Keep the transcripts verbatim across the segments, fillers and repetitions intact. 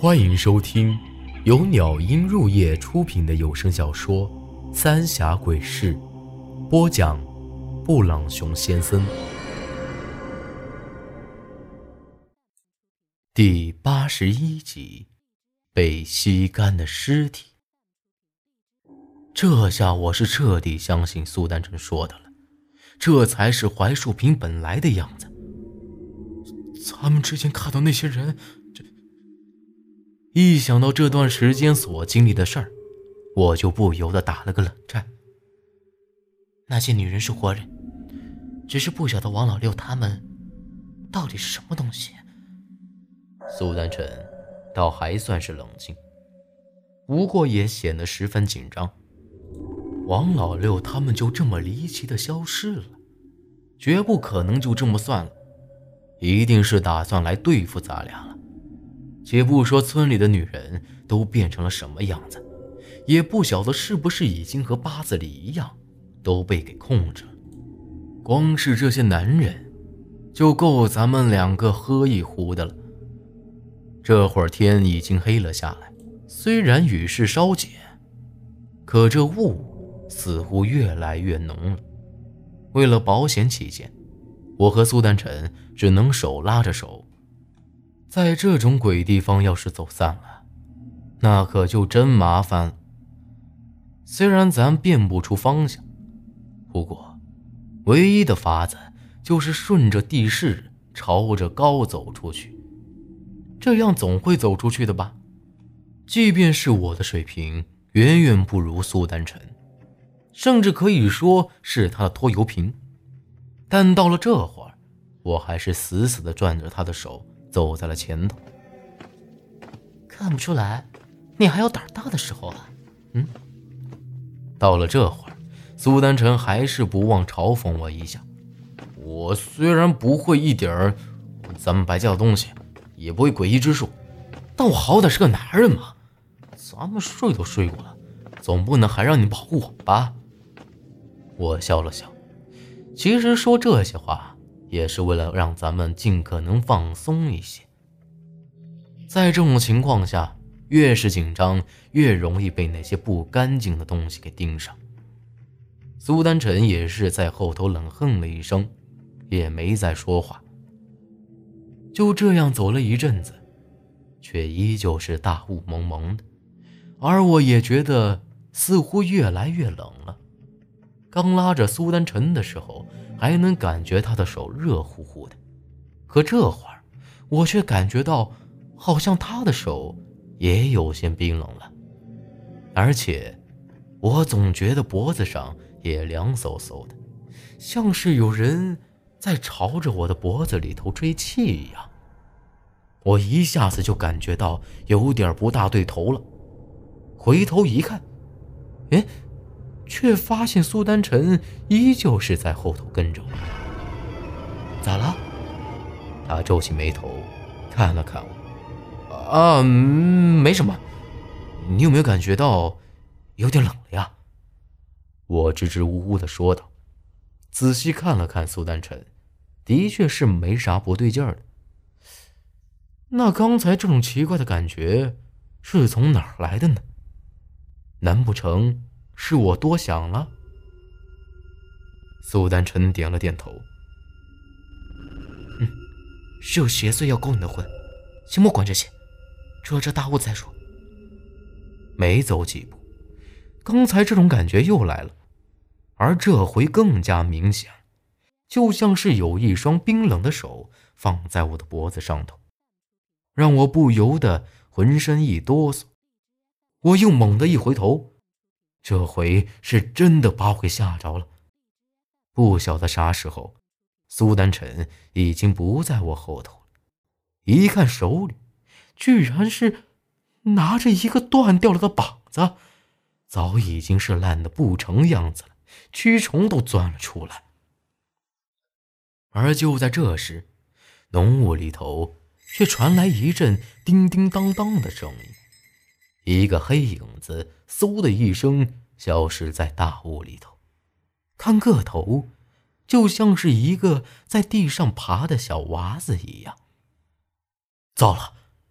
欢迎收听由鸟音入夜出品的有声小说《三峡鬼事》，播讲布朗熊先生。第八十一集，被吸干的尸体。这下我是彻底相信苏丹成说的了，这才是槐树坪本来的样子。咱们之前看到那些人，这一想到这段时间所经历的事儿，我就不由得打了个冷战。 那些女人是活人，只是不晓得王老六他们到底是什么东西。 苏丹成倒还算是冷静，不过也显得十分紧张。王老六他们就这么离奇的消失了，绝不可能就这么算了，一定是打算来对付咱俩了。且不说村里的女人都变成了什么样子，也不晓得是不是已经和八字里一样都被给控制了。光是这些男人就够咱们两个喝一壶的了。这会儿天已经黑了下来，虽然雨势稍减，可这雾似乎越来越浓了。为了保险起见，我和苏丹成只能手拉着手。在这种鬼地方要是走散了，那可就真麻烦了。虽然咱辨不出方向，不过唯一的法子就是顺着地势朝着高走出去，这样总会走出去的吧。即便是我的水平远远不如苏丹成，甚至可以说是他的拖油瓶，但到了这会儿，我还是死死地攥着他的手走在了前头。 看不出来你还有胆大的时候啊。 嗯。到了这会儿，苏丹成还是不忘嘲讽我一下。我虽然不会一点儿咱们白家的东西，也不会诡异之术，但我好歹是个男人嘛，咱们睡都睡过了，总不能还让你保护我吧。我笑了笑，其实说这些话也是为了让咱们尽可能放松一些。在这种情况下，越是紧张，越容易被那些不干净的东西给盯上。苏丹成也是在后头冷哼了一声，也没再说话。就这样走了一阵子，却依旧是大雾蒙蒙的，而我也觉得似乎越来越冷了。刚拉着苏丹成的时候，还能感觉他的手热乎乎的，可这会儿我却感觉到好像他的手也有些冰冷了，而且我总觉得脖子上也凉飕飕的，像是有人在朝着我的脖子里头吹气一样。我一下子就感觉到有点不大对头了，回头一看，诶，却发现苏丹成依旧是在后头跟着我。咋了？他皱起眉头看了看我。啊，没什么。你有没有感觉到有点冷了呀？我支支吾吾地说道。仔细看了看苏丹成，的确是没啥不对劲儿的。那刚才这种奇怪的感觉是从哪儿来的呢？难不成是我多想了？苏丹成点了点头。 嗯，是有邪祟要勾你的魂，先莫管这些，出了这大雾再说。 没走几步，刚才这种感觉又来了，而这回更加明显，就像是有一双冰冷的手放在我的脖子上头，让我不由得浑身一哆嗦。我又猛地一回头，这回是真的把我给吓着了。不晓得啥时候，苏丹成已经不在我后头了，一看手里居然是拿着一个断掉了的膀子，早已经是烂得不成样子了，蛆虫都钻了出来。而就在这时，浓雾里头却传来一阵叮叮当当的声音，一个黑影子嗖的一声消失在大雾里头，看个头就像是一个在地上爬的小娃子一样。糟了，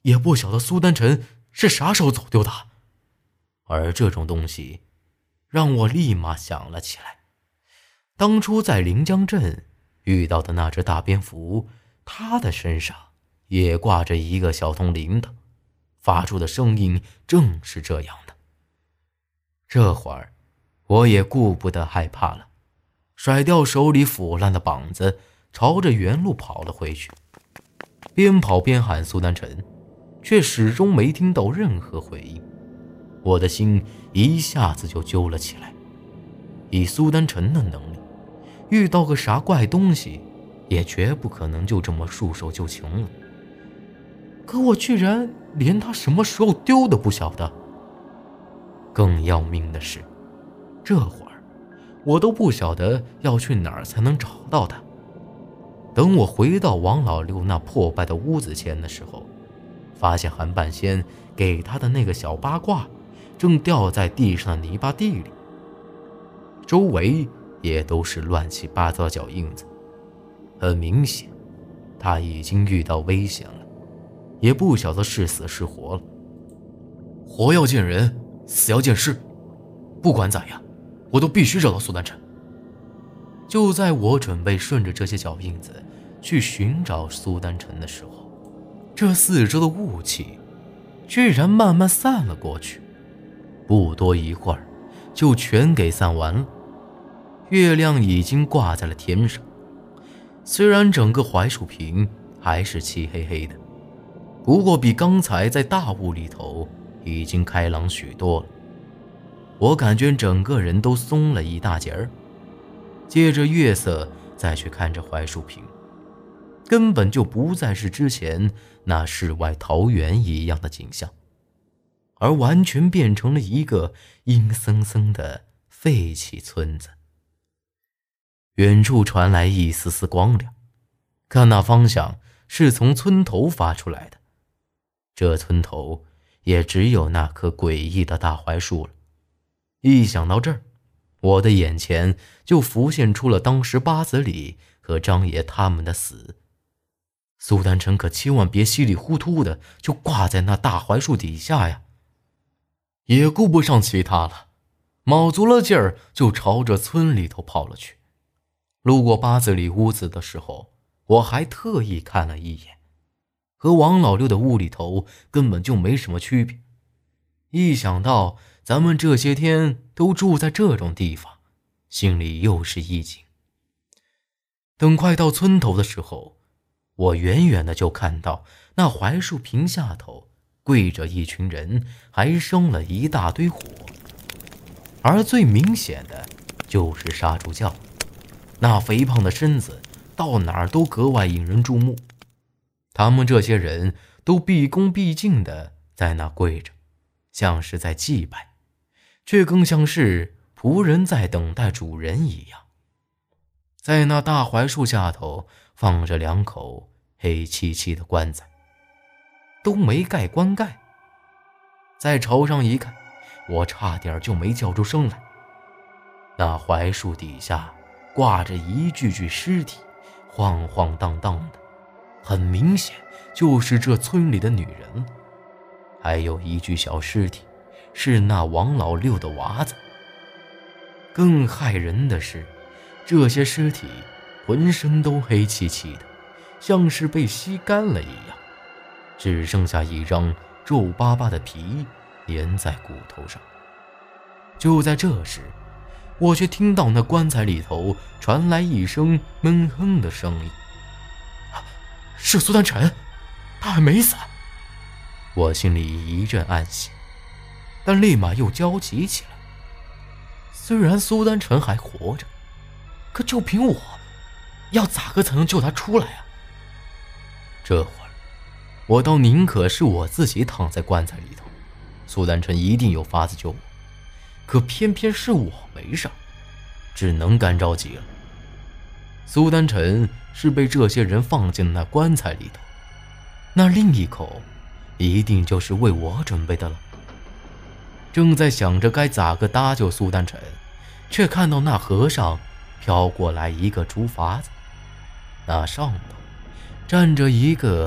也不晓得苏丹臣是啥时候走丢的。而这种东西让我立马想了起来，当初在临江镇遇到的那只大蝙蝠，它的身上也挂着一个小铜铃铛，发出的声音正是这样的。这会儿我也顾不得害怕了，甩掉手里腐烂的膀子，朝着原路跑了回去。边跑边喊苏丹臣，却始终没听到任何回应。我的心一下子就揪了起来。以苏丹臣的能力，遇到个啥怪东西也绝不可能就这么束手就擒了。可我居然连他什么时候丢的不晓得。更要命的是，这会儿我都不晓得要去哪儿才能找到他。等我回到王老六那破败的屋子前的时候，发现韩半仙给他的那个小八卦正掉在地上的泥巴地里，周围也都是乱七八糟的脚印子。很明显，他已经遇到危险了，也不晓得是死是活了。活要见人，死要见尸，不管咋样，我都必须找到苏丹臣。就在我准备顺着这些脚印子去寻找苏丹臣的时候，这四周的雾气居然慢慢散了过去，不多一会儿就全给散完了。月亮已经挂在了天上，虽然整个槐树坪还是漆黑黑的，不过比刚才在大雾里头已经开朗许多了。我感觉整个人都松了一大截儿。借着月色再去看着槐树坪，根本就不再是之前那世外桃源一样的景象，而完全变成了一个阴森森的废弃村子。远处传来一丝丝光亮，看那方向是从村头发出来的。这村头也只有那棵诡异的大槐树了。一想到这儿，我的眼前就浮现出了当时八子里和张爷他们的死。苏丹臣可千万别稀里糊涂的就挂在那大槐树底下呀！也顾不上其他了，卯足了劲儿就朝着村里头跑了去。路过八子里屋子的时候，我还特意看了一眼，和王老六的屋里头根本就没什么区别。一想到咱们这些天都住在这种地方，心里又是一紧。等快到村头的时候，我远远的就看到那槐树坪下头跪着一群人，还生了一大堆火。而最明显的就是杀猪教，那肥胖的身子到哪儿都格外引人注目。他们这些人都毕恭毕敬的在那跪着，像是在祭拜，却更像是仆人在等待主人一样。在那大槐树下头放着两口黑漆漆的棺材，都没盖棺盖。再朝上一看，我差点就没叫出声来。那槐树底下挂着一具具尸体，晃晃荡荡的，很明显就是这村里的女人了。还有一具小尸体，是那王老六的娃子。更骇人的是，这些尸体浑身都黑漆漆的，像是被吸干了一样，只剩下一张皱巴巴的皮粘在骨头上。就在这时，我却听到那棺材里头传来一声闷哼的声音。啊，是苏丹臣，他还没死。我心里一阵暗喜，但立马又焦急起来。虽然苏丹臣还活着，可就凭我，要咋个才能救他出来啊？这会儿，我倒宁可是我自己躺在棺材里头，苏丹臣一定有法子救我。可偏偏是我没事，只能干着急了。苏丹臣是被这些人放进那棺材里头，那另一口一定就是为我准备的了。正在想着该咋个搭救苏丹臣，却看到那河上飘过来一个竹筏子，那上头站着一个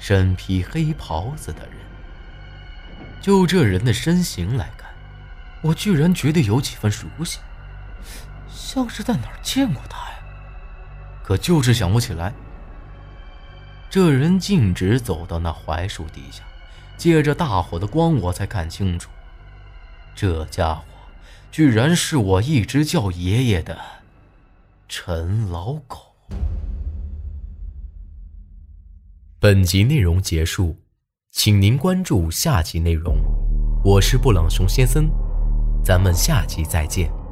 身披黑袍子的人。就这人的身形来看，我居然觉得有几分熟悉，像是在哪儿见过他呀，可就是想不起来。这人径直走到那槐树底下，借着大火的光，我才看清楚，这家伙居然是我一直叫爷爷的陈老狗。本集内容结束，请您关注下集内容。我是布朗熊先生，咱们下集再见。